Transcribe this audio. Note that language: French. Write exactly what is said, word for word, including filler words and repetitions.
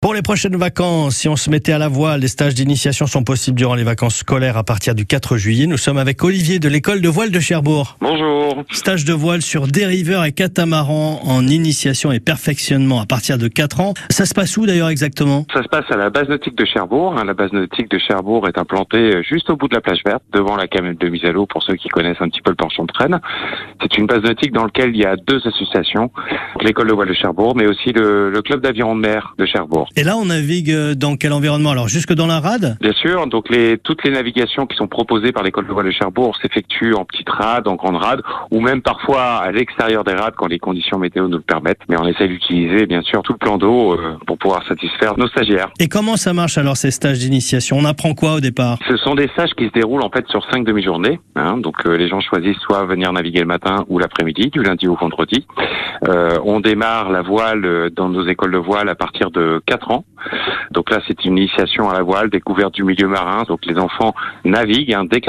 Pour les prochaines vacances, si on se mettait à la voile, les stages d'initiation sont possibles durant les vacances scolaires à partir du quatre juillet. Nous sommes avec Olivier de l'école de voile de Cherbourg. Bonjour. Stage de voile sur dériveur et catamaran en initiation et perfectionnement à partir de quatre ans. Ça se passe où d'ailleurs exactement? Ça se passe à la base nautique de Cherbourg. La base nautique de Cherbourg est implantée juste au bout de la plage verte, devant la camionnette de mise à l'eau pour ceux qui connaissent un petit peu le penchant de Fresnes. C'est une base nautique dans laquelle il y a deux associations, l'école de voile de Cherbourg, mais aussi le, le club d'aviron de mer de Cherbourg. Et là, on navigue dans quel environnement? Alors, jusque dans la rade? Bien sûr, donc les, toutes les navigations qui sont proposées par l'école de voile de Cherbourg s'effectuent en petite rade, en grande rade, ou même parfois à l'extérieur des rades quand les conditions météo nous le permettent. Mais on essaie d'utiliser, bien sûr, tout le plan d'eau euh, pour pouvoir satisfaire nos stagiaires. Et comment ça marche alors, ces stages d'initiation? On apprend quoi au départ? Ce sont des stages qui se déroulent en fait sur cinq demi-journées. Hein, donc euh, les gens choisissent soit venir naviguer le matin ou l'après-midi, du lundi au vendredi. Euh, on démarre la voile dans nos écoles de voile à partir de quatre ans. Donc là, c'est une initiation à la voile, découverte du milieu marin. Donc les enfants naviguent hein, dès